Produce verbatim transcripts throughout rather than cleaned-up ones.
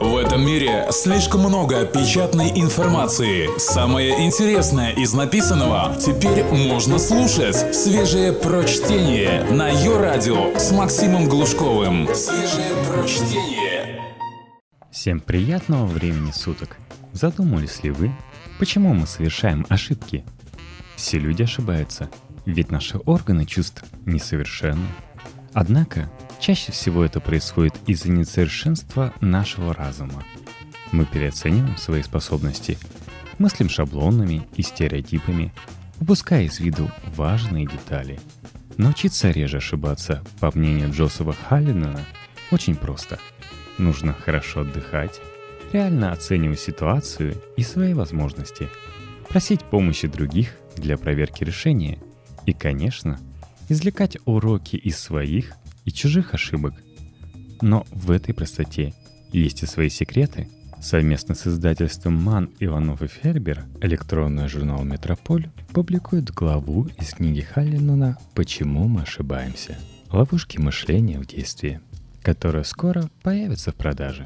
В этом мире слишком много печатной информации. Самое интересное из написанного теперь можно слушать. Свежее прочтение на Йо-Радио с Максимом Глушковым. Свежее прочтение. Всем приятного времени суток. Задумались ли вы, почему мы совершаем ошибки? Все люди ошибаются, ведь наши органы чувств несовершенны. Однако, чаще всего это происходит из-за несовершенства нашего разума. Мы переоцениваем свои способности, мыслим шаблонами и стереотипами, упуская из виду важные детали. Научиться реже ошибаться, по мнению Джозефа Халлинана, очень просто. Нужно хорошо отдыхать, реально оценивать ситуацию и свои возможности, просить помощи других для проверки решения и, конечно, извлекать уроки из своих и чужих ошибок. Но в этой простоте есть и свои секреты. Совместно с издательством Ман, Иванов и Фербер электронный журнал «Метрополь» публикует главу из книги Халлинана «Почему мы ошибаемся? Ловушки мышления в действии», которая скоро появится в продаже.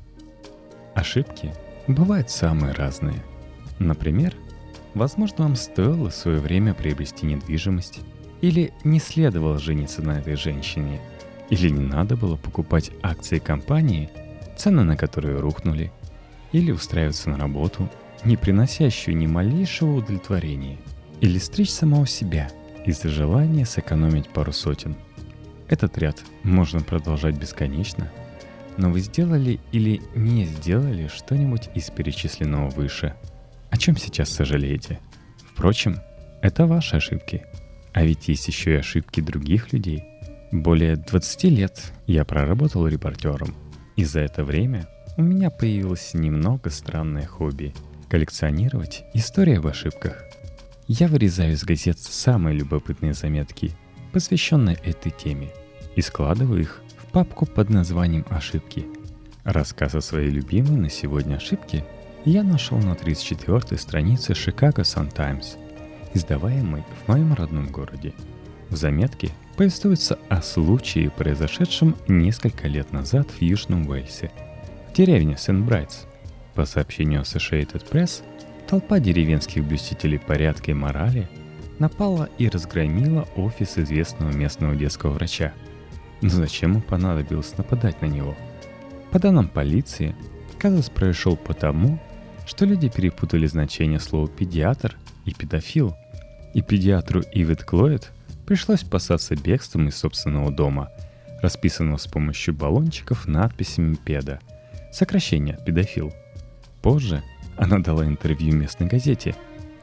Ошибки бывают самые разные. Например, возможно, вам стоило в свое время приобрести недвижимость, или не следовало жениться на этой женщине, или не надо было покупать акции компании, цены на которые рухнули, или устраиваться на работу, не приносящую ни малейшего удовлетворения, или стричь самого себя из-за желания сэкономить пару сотен. Этот ряд можно продолжать бесконечно, но вы сделали или не сделали что-нибудь из перечисленного выше, о чем сейчас сожалеете. Впрочем, это ваши ошибки. А ведь есть еще и ошибки других людей. Более двадцати лет я проработал репортером, и за это время у меня появилось немного странное хобби – коллекционировать истории об ошибках. Я вырезаю из газет самые любопытные заметки, посвященные этой теме, и складываю их в папку под названием «Ошибки». Рассказ о своей любимой на сегодня ошибке я нашел на тридцать четвёртой странице Chicago Sun-Times, издаваемый в моем родном городе. В заметке повествуется о случае, произошедшем несколько лет назад в Южном Уэльсе, в деревне Сент-Брайтс. По сообщению Associated Press, толпа деревенских блюстителей порядка и морали напала и разгромила офис известного местного детского врача. Но зачем им понадобилось нападать на него? По данным полиции, казус произошел потому, что люди перепутали значение слова «педиатр» и «педофил», и педиатру Ивет Клойд пришлось спасаться бегством из собственного дома, расписанного с помощью баллончиков надписями «педо», сокращение «педофил». Позже она дала интервью местной газете.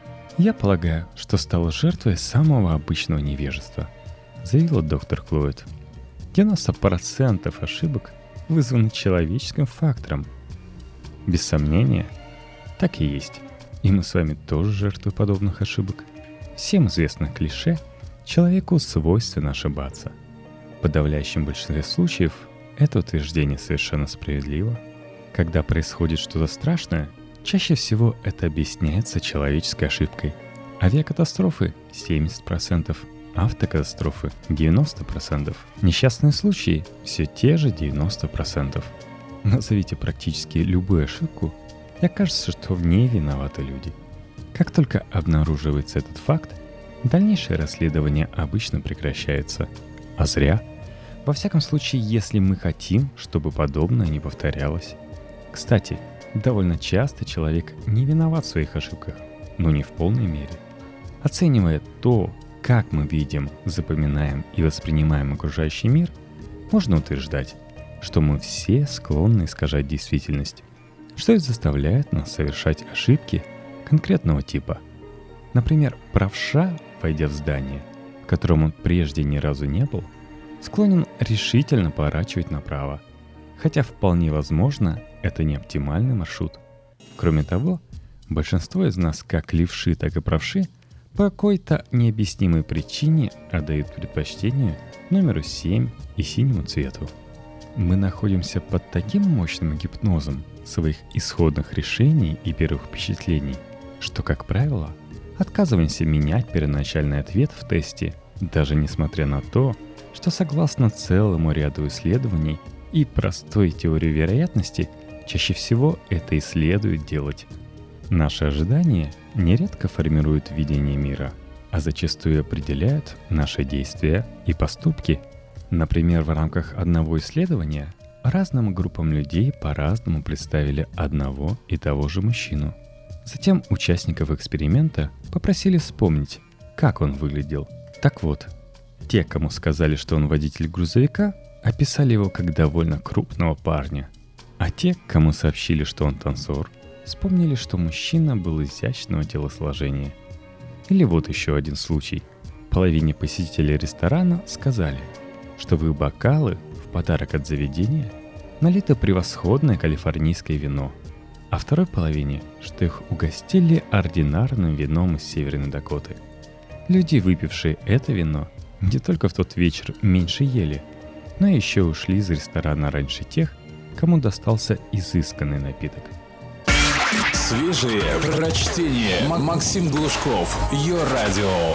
«Я полагаю, что стала жертвой самого обычного невежества», заявила доктор Клойд. девяносто процентов ошибок вызваны человеческим фактором. Без сомнения, так и есть. И мы с вами тоже жертвы подобных ошибок. Всем известно клише «человеку свойственно ошибаться». В подавляющем большинстве случаев это утверждение совершенно справедливо. Когда происходит что-то страшное, чаще всего это объясняется человеческой ошибкой. Авиакатастрофы – семьдесят процентов, автокатастрофы – девяносто процентов, несчастные случаи – все те же девяносто процентов. Назовите практически любую ошибку, и окажется, что в ней виноваты люди. Как только обнаруживается этот факт, дальнейшее расследование обычно прекращается. А зря. Во всяком случае, если мы хотим, чтобы подобное не повторялось. Кстати, довольно часто человек не виноват в своих ошибках, но не в полной мере. Оценивая то, как мы видим, запоминаем и воспринимаем окружающий мир, можно утверждать, что мы все склонны искажать действительность, что и заставляет нас совершать ошибки конкретного типа. Например, правша, войдя в здание, в котором он прежде ни разу не был, склонен решительно поворачивать направо, хотя вполне возможно, это не оптимальный маршрут. Кроме того, большинство из нас, как левши, так и правши, по какой-то необъяснимой причине отдают предпочтение номеру семь и синему цвету. Мы находимся под таким мощным гипнозом своих исходных решений и первых впечатлений, что, как правило, отказываемся менять первоначальный ответ в тесте, даже несмотря на то, что согласно целому ряду исследований и простой теории вероятности, Чаще всего это и следует делать. Наши ожидания нередко формируют видение мира, а зачастую определяют наши действия и поступки. Например, в рамках одного исследования разным группам людей по-разному представили одного и того же мужчину. Затем участников эксперимента попросили вспомнить, как он выглядел. Так вот, те, кому сказали, что он водитель грузовика, описали его как довольно крупного парня. А те, кому сообщили, что он танцор, вспомнили, что мужчина был изящного телосложения. Или вот еще один случай. Половине посетителей ресторана сказали, что в их бокалы в подарок от заведения налито превосходное калифорнийское вино, а второй половине, что их угостили ординарным вином из Северной Дакоты. Люди, выпившие это вино, не только в тот вечер меньше ели, но еще ушли из ресторана раньше тех, кому достался изысканный напиток. Свежие прочтение. Максим Глушков, Йо-Радио.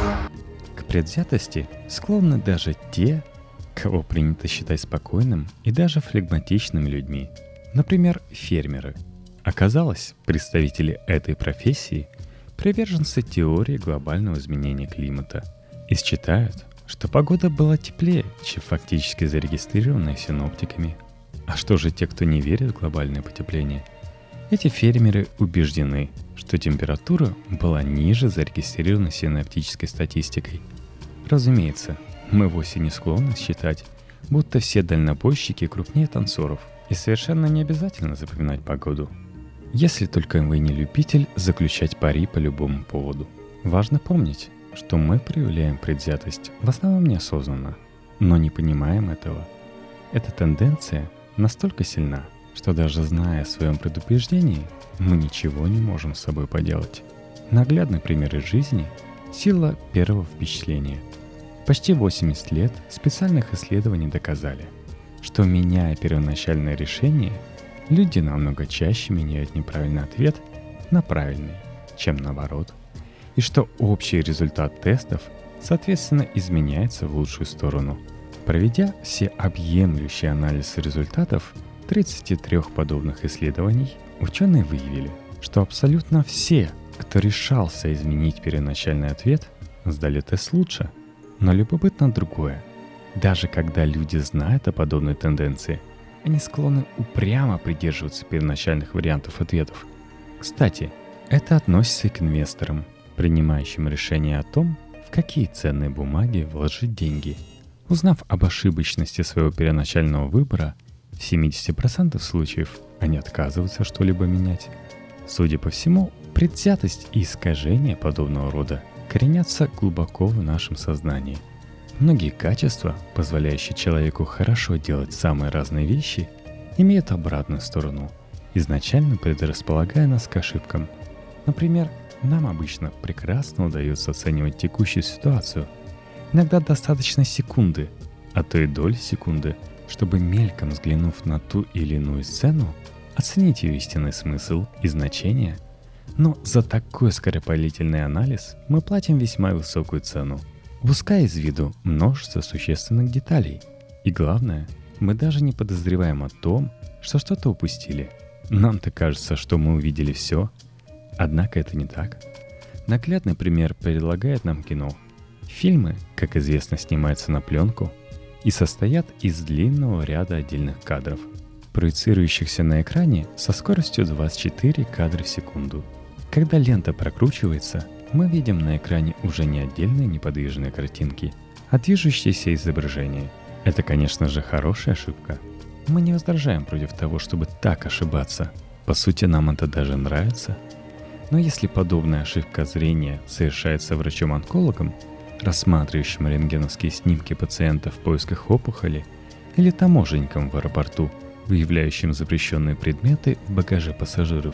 К предвзятости склонны даже те, кого принято считать спокойным и даже флегматичными людьми. Например, фермеры. Оказалось, представители этой профессии – приверженцы теории глобального изменения климата и считают, что погода была теплее, чем фактически зарегистрированная синоптиками. А что же те, кто не верит в глобальное потепление? Эти фермеры убеждены, что температура была ниже зарегистрированной синоптической статистикой. Разумеется, мы вовсе не склонны считать, будто все дальнобойщики крупнее танцоров, и совершенно не обязательно запоминать погоду. Если только вы не любитель заключать пари по любому поводу. Важно помнить, что мы проявляем предвзятость в основном неосознанно, но не понимаем этого. Эта тенденция настолько сильна, что даже зная о своем предубеждении, мы ничего не можем с собой поделать. Наглядный пример из жизни – сила первого впечатления. Почти восемьдесят лет специальных исследований доказали, что, меняя первоначальное решение, люди намного чаще меняют неправильный ответ на правильный, чем наоборот, и что общий результат тестов, соответственно, изменяется в лучшую сторону. Проведя всеобъемлющий анализ результатов тридцати трёх подобных исследований, ученые выявили, что абсолютно все, кто решался изменить первоначальный ответ, сдали тест лучше. Но любопытно другое. Даже когда люди знают о подобной тенденции, они склонны упрямо придерживаться первоначальных вариантов ответов. Кстати, это относится и к инвесторам, принимающим решение о том, в какие ценные бумаги вложить деньги. Узнав об ошибочности своего первоначального выбора, в семьдесят процентов случаев они отказываются что-либо менять. Судя по всему, предвзятость и искажения подобного рода коренятся глубоко в нашем сознании. Многие качества, позволяющие человеку хорошо делать самые разные вещи, имеют обратную сторону, изначально предрасполагая нас к ошибкам. Например, нам обычно прекрасно удается оценивать текущую ситуацию. Иногда достаточно секунды, а то и доли секунды, чтобы, мельком взглянув на ту или иную сцену, оценить ее истинный смысл и значение. Но за такой скоропалительный анализ мы платим весьма высокую цену, упуская из виду множество существенных деталей. И главное, мы даже не подозреваем о том, что что-то упустили. Нам-то кажется, что мы увидели все. Однако это не так. Наглядный пример предлагает нам кино. Фильмы, как известно, снимаются на пленку и состоят из длинного ряда отдельных кадров, проецирующихся на экране со скоростью двадцать четыре кадра в секунду. Когда лента прокручивается, мы видим на экране уже не отдельные неподвижные картинки, а движущееся изображение. Это, конечно же, хорошая ошибка. Мы не возражаем против того, чтобы так ошибаться. По сути, нам это даже нравится. Но если подобная ошибка зрения совершается врачом-онкологом, рассматривающим рентгеновские снимки пациентов в поисках опухоли, или таможенником в аэропорту, выявляющим запрещенные предметы в багаже пассажиров,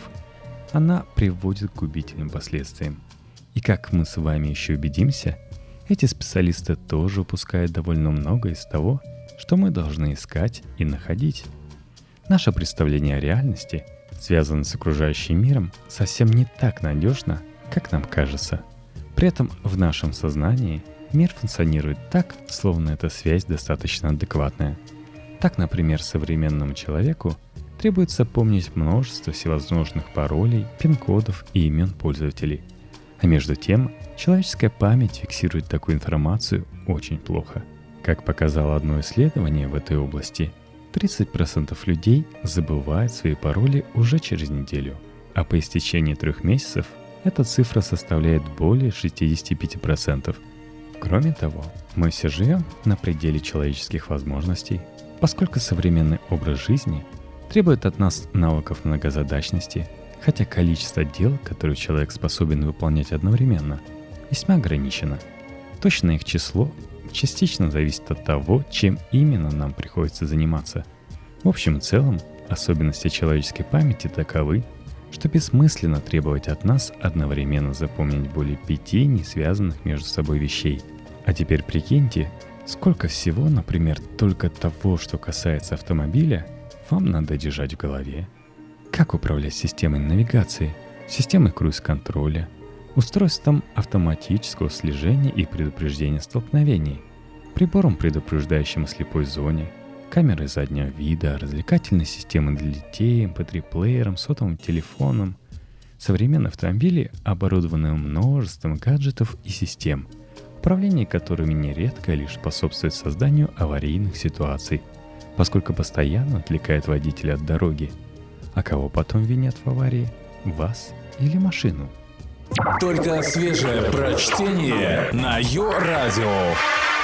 она приводит к губительным последствиям. И как мы с вами еще убедимся, эти специалисты тоже упускают довольно много из того, что мы должны искать и находить. Наше представление о реальности, связанное с окружающим миром, совсем не так надежно, как нам кажется. При этом в нашем сознании мир функционирует так, словно эта связь достаточно адекватная. Так, например, современному человеку требуется помнить множество всевозможных паролей, пин-кодов и имен пользователей. А между тем, человеческая память фиксирует такую информацию очень плохо. Как показало одно исследование в этой области, тридцать процентов людей забывают свои пароли уже через неделю, а по истечении трех месяцев эта цифра составляет более шестьдесят пять процентов. Кроме того, мы все живем на пределе человеческих возможностей, поскольку современный образ жизни требует от нас навыков многозадачности, хотя количество дел, которые человек способен выполнять одновременно, весьма ограничено. Точно их число частично зависит от того, чем именно нам приходится заниматься. В общем и целом, особенности человеческой памяти таковы, что бессмысленно требовать от нас одновременно запомнить более пяти не связанных между собой вещей. А теперь прикиньте, сколько всего, например, только того, что касается автомобиля, вам надо держать в голове. Как управлять системой навигации, системой круиз-контроля, устройством автоматического слежения и предупреждения столкновений, прибором, предупреждающим о слепой зоне, камерой заднего вида, развлекательной системой для детей, эм пэ три-плеером, сотовым телефоном. Современные автомобили оборудованы множеством гаджетов и систем, управление которыми нередко лишь способствует созданию аварийных ситуаций, поскольку постоянно отвлекает водителя от дороги. А кого потом винят в аварии? Вас или машину? Только свежее прочтение на Йо-Радио.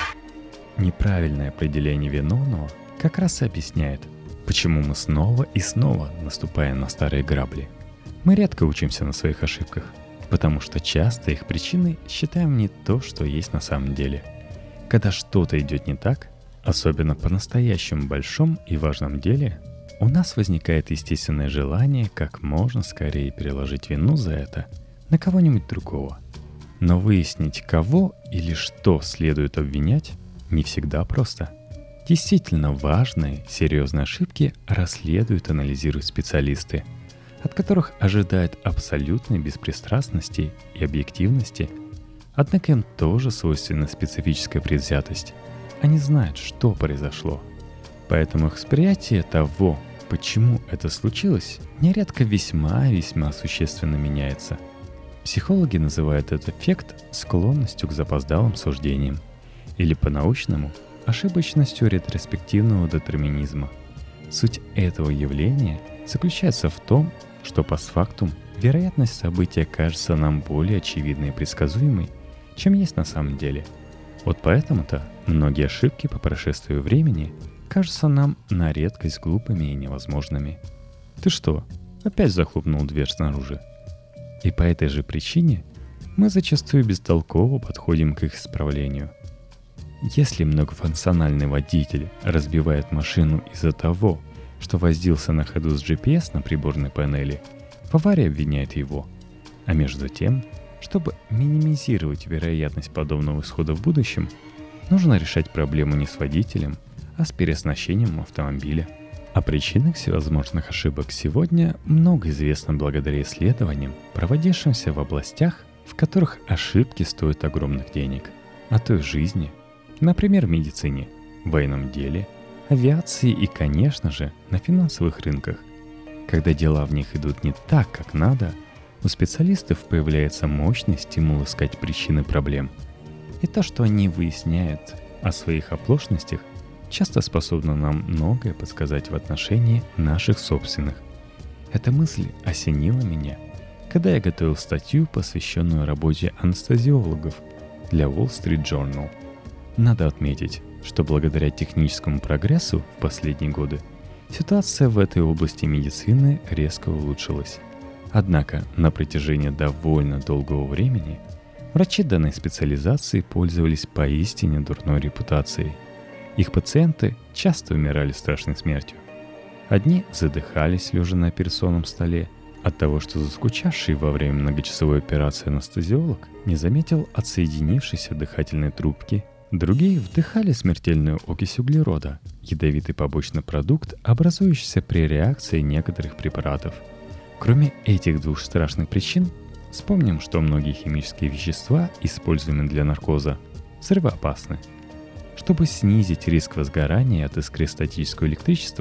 Неправильное определение виновного как раз и объясняет, почему мы снова и снова наступаем на старые грабли. Мы редко учимся на своих ошибках, потому что часто их причиной считаем не то, что есть на самом деле. Когда что-то идет не так, особенно по-настоящему большом и важном деле, у нас возникает естественное желание как можно скорее переложить вину за это на кого-нибудь другого. Но выяснить, кого или что следует обвинять, не всегда просто. Действительно важные, серьезные ошибки расследуют и анализируют специалисты, от которых ожидают абсолютной беспристрастности и объективности. Однако им тоже свойственна специфическая предвзятость. Они знают, что произошло. Поэтому их восприятие того, почему это случилось, нередко весьма-весьма существенно меняется. Психологи называют этот эффект склонностью к запоздалым суждениям или по-научному ошибочностью ретроспективного детерминизма. Суть этого явления заключается в том, что постфактум вероятность события кажется нам более очевидной и предсказуемой, чем есть на самом деле. Вот поэтому-то многие ошибки по прошествию времени кажутся нам на редкость глупыми и невозможными. Ты что, опять захлопнул дверь снаружи? И по этой же причине мы зачастую бестолково подходим к их исправлению. Если многофункциональный водитель разбивает машину из-за того, что возился на ходу с джи пи эс на приборной панели, в аварии обвиняет его. А между тем, чтобы минимизировать вероятность подобного исхода в будущем, нужно решать проблему не с водителем, а с переоснащением автомобиля. О причинах всевозможных ошибок сегодня много известно благодаря исследованиям, проводившимся в областях, в которых ошибки стоят огромных денег, а то и жизни. Например, в медицине, в военном деле, авиации и, конечно же, на финансовых рынках. Когда дела в них идут не так, как надо, у специалистов появляется мощный стимул искать причины проблем. И то, что они выясняют о своих оплошностях, часто способно нам многое подсказать в отношении наших собственных. Эта мысль осенила меня, когда я готовил статью, посвященную работе анестезиологов для Wall Street Journal. Надо отметить, что благодаря техническому прогрессу в последние годы ситуация в этой области медицины резко улучшилась. Однако на протяжении довольно долгого времени врачи данной специализации пользовались поистине дурной репутацией. Их пациенты часто умирали страшной смертью. Одни задыхались, лежа на операционном столе, от того, что заскучавший во время многочасовой операции анестезиолог не заметил отсоединившейся дыхательной трубки. Другие вдыхали смертельную окись углерода, ядовитый побочный продукт, образующийся при реакции некоторых препаратов. Кроме этих двух страшных причин, вспомним, что многие химические вещества, используемые для наркоза, взрывоопасны. Чтобы снизить риск возгорания от искры статического электричества,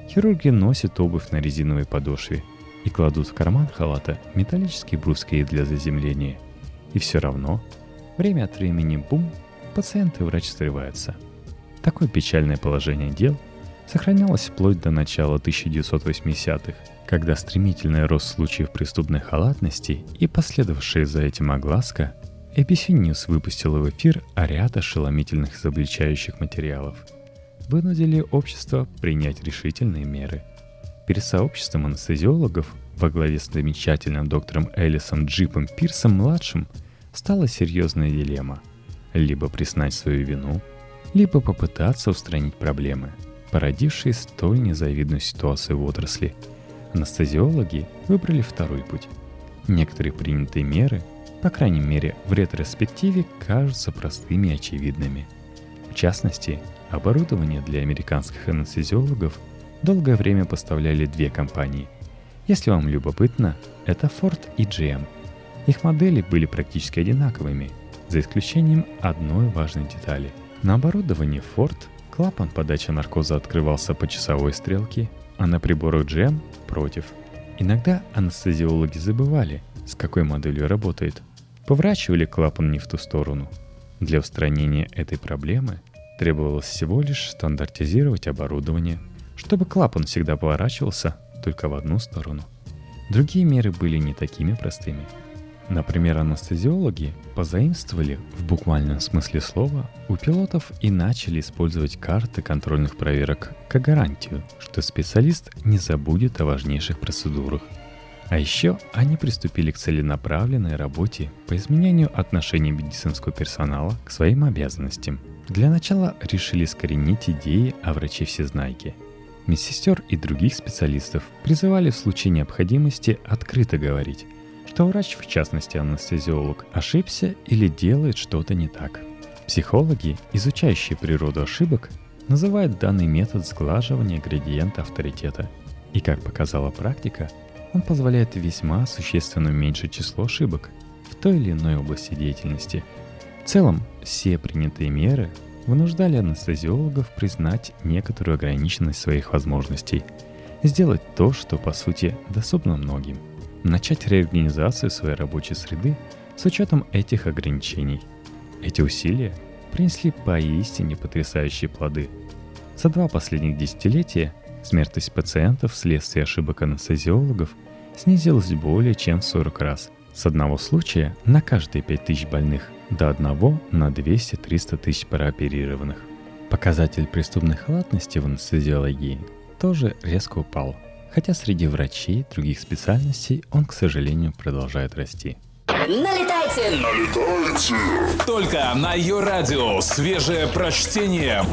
Хирурги носят обувь на резиновой подошве и кладут в карман халата металлические бруски для заземления. И все равно, время от времени бум, пациент и врач срываются. Такое печальное положение дел сохранялось вплоть до начала тысяча девятьсот восьмидесятых, когда стремительный рост случаев преступной халатности и последовавшая за этим огласка эй би си News выпустила в эфир ряд ошеломительных изобличающих материалов, вынудили общество принять решительные меры. Перед сообществом анестезиологов во главе с замечательным доктором Элисом Джипом Пирсом-младшим стала серьезная дилемма – либо признать свою вину, либо попытаться устранить проблемы, породившие столь незавидную ситуацию в отрасли. Анестезиологи выбрали второй путь. Некоторые принятые меры, по крайней мере в ретроспективе, кажутся простыми и очевидными. В частности, оборудование для американских анестезиологов долгое время поставляли две компании. Если вам любопытно, это Ford и джи эм. Их модели были практически одинаковыми, за исключением одной важной детали. На оборудовании Ford клапан подачи наркоза открывался по часовой стрелке, а на приборах джи эм – против. Иногда анестезиологи забывали, с какой моделью работает. Поворачивали клапан не в ту сторону. Для устранения этой проблемы требовалось всего лишь стандартизировать оборудование, чтобы клапан всегда поворачивался только в одну сторону. Другие меры были не такими простыми. Например, анестезиологи позаимствовали в буквальном смысле слова у пилотов и начали использовать карты контрольных проверок как гарантию, что специалист не забудет о важнейших процедурах. А еще они приступили к целенаправленной работе по изменению отношений медицинского персонала к своим обязанностям. Для начала решили искоренить идеи о враче-всезнайке. Медсестер и других специалистов призывали в случае необходимости открыто говорить, что врач, в частности анестезиолог, ошибся или делает что-то не так. Психологи, изучающие природу ошибок, называют данный метод сглаживания градиента авторитета. И, как показала практика, он позволяет весьма существенно уменьшить число ошибок в той или иной области деятельности. В целом, все принятые меры вынуждали анестезиологов признать некоторую ограниченность своих возможностей, сделать то, что, по сути, доступно многим. Начать реорганизацию своей рабочей среды с учетом этих ограничений. Эти усилия принесли поистине потрясающие плоды. За два последних десятилетия смертность пациентов вследствие ошибок анестезиологов снизилась более чем в сорок раз. С одного случая на каждые пять тысяч больных до одного на двести-триста тысяч прооперированных. Показатель преступной халатности в анестезиологии тоже резко упал, хотя среди врачей других специальностей он, к сожалению, продолжает расти. Налетайте! Налетайте! Только на Йо-Радио свежее прочтение.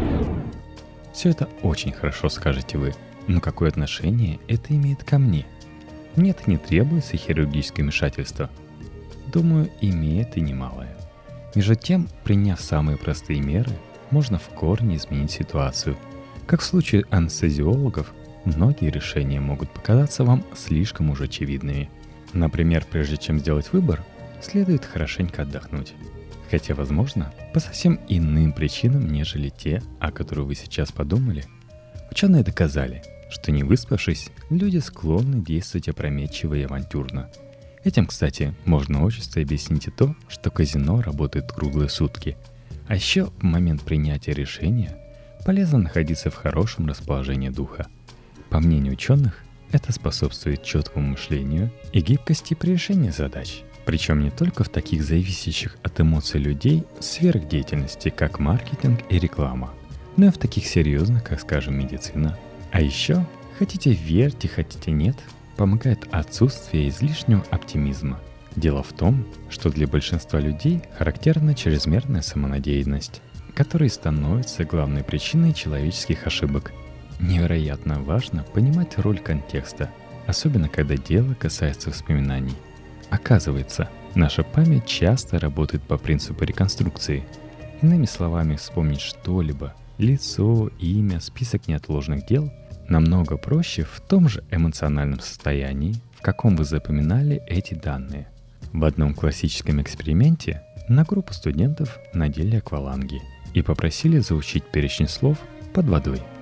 Все это очень хорошо, скажете вы, но какое отношение это имеет ко мне? Мне-то не требуется хирургическое вмешательство. Думаю, имеет и немалое. Между тем, приняв самые простые меры, можно в корне изменить ситуацию. Как в случае анестезиологов, многие решения могут показаться вам слишком уж очевидными. Например, прежде чем сделать выбор, следует хорошенько отдохнуть. Хотя, возможно, по совсем иным причинам, нежели те, о которых вы сейчас подумали. Ученые доказали, что не выспавшись, люди склонны действовать опрометчиво и авантюрно. Этим, кстати, можно отчасти объяснить и то, что казино работает круглые сутки. А еще в момент принятия решения полезно находиться в хорошем расположении духа. По мнению ученых, это способствует четкому мышлению и гибкости при решении задач. Причем не только в таких зависящих от эмоций людей сферах деятельности, как маркетинг и реклама, но и в таких серьезных, как, скажем, медицина. А еще, хотите верьте, хотите нет, помогает отсутствие излишнего оптимизма. Дело в том, что для большинства людей характерна чрезмерная самонадеянность, которая становится главной причиной человеческих ошибок. Невероятно важно понимать роль контекста, особенно когда дело касается воспоминаний. Оказывается, наша память часто работает по принципу реконструкции. Иными словами, вспомнить что-либо, лицо, имя, список неотложных дел намного проще в том же эмоциональном состоянии, в каком вы запоминали эти данные. В одном классическом эксперименте на группу студентов надели акваланги и попросили заучить перечень слов под водой.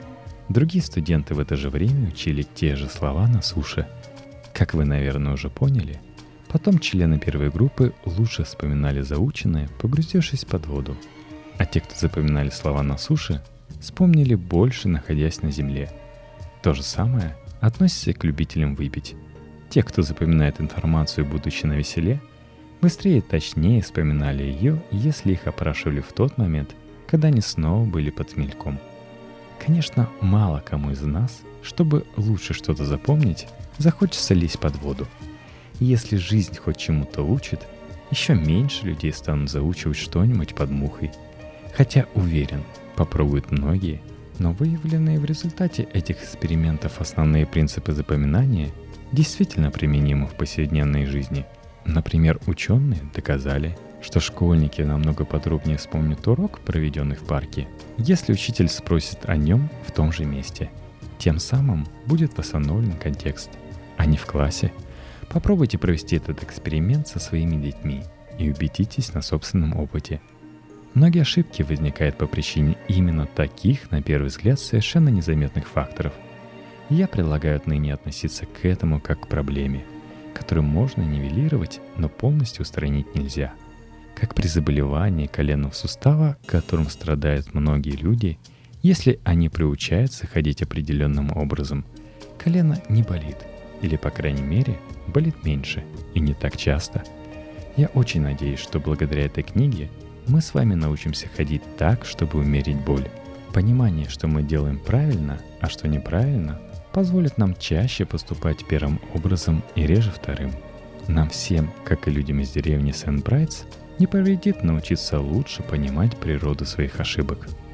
Другие студенты в это же время учили те же слова на суше. Как вы, наверное, уже поняли, потом члены первой группы лучше вспоминали заученное, погрузившись под воду. А те, кто запоминали слова на суше, вспомнили больше, находясь на земле. То же самое относится и к любителям выпить. Те, кто запоминает информацию, будучи навеселе, быстрее и точнее вспоминали ее, если их опрашивали в тот момент, когда они снова были под хмельком. Конечно, мало кому из нас, чтобы лучше что-то запомнить, захочется лезть под воду. И если жизнь хоть чему-то учит, еще меньше людей станут заучивать что-нибудь под мухой. Хотя, уверен, попробуют многие, но выявленные в результате этих экспериментов основные принципы запоминания действительно применимы в повседневной жизни. Например, ученые доказали, что школьники намного подробнее вспомнят урок, проведенный в парке, если учитель спросит о нем в том же месте. Тем самым будет восстановлен контекст, а не в классе. Попробуйте провести этот эксперимент со своими детьми и убедитесь на собственном опыте. Многие ошибки возникают по причине именно таких, на первый взгляд, совершенно незаметных факторов. И я предлагаю отныне относиться к этому как к проблеме, которую можно нивелировать, но полностью устранить нельзя. Как при заболевании коленного сустава, которым страдают многие люди, если они приучаются ходить определенным образом, колено не болит, или, по крайней мере, болит меньше и не так часто. Я очень надеюсь, что благодаря этой книге мы с вами научимся ходить так, чтобы умерить боль. Понимание, что мы делаем правильно, а что неправильно, позволит нам чаще поступать первым образом и реже вторым. Нам всем, как и людям из деревни Сент-Брайтс, не повредит научиться лучше понимать природу своих ошибок.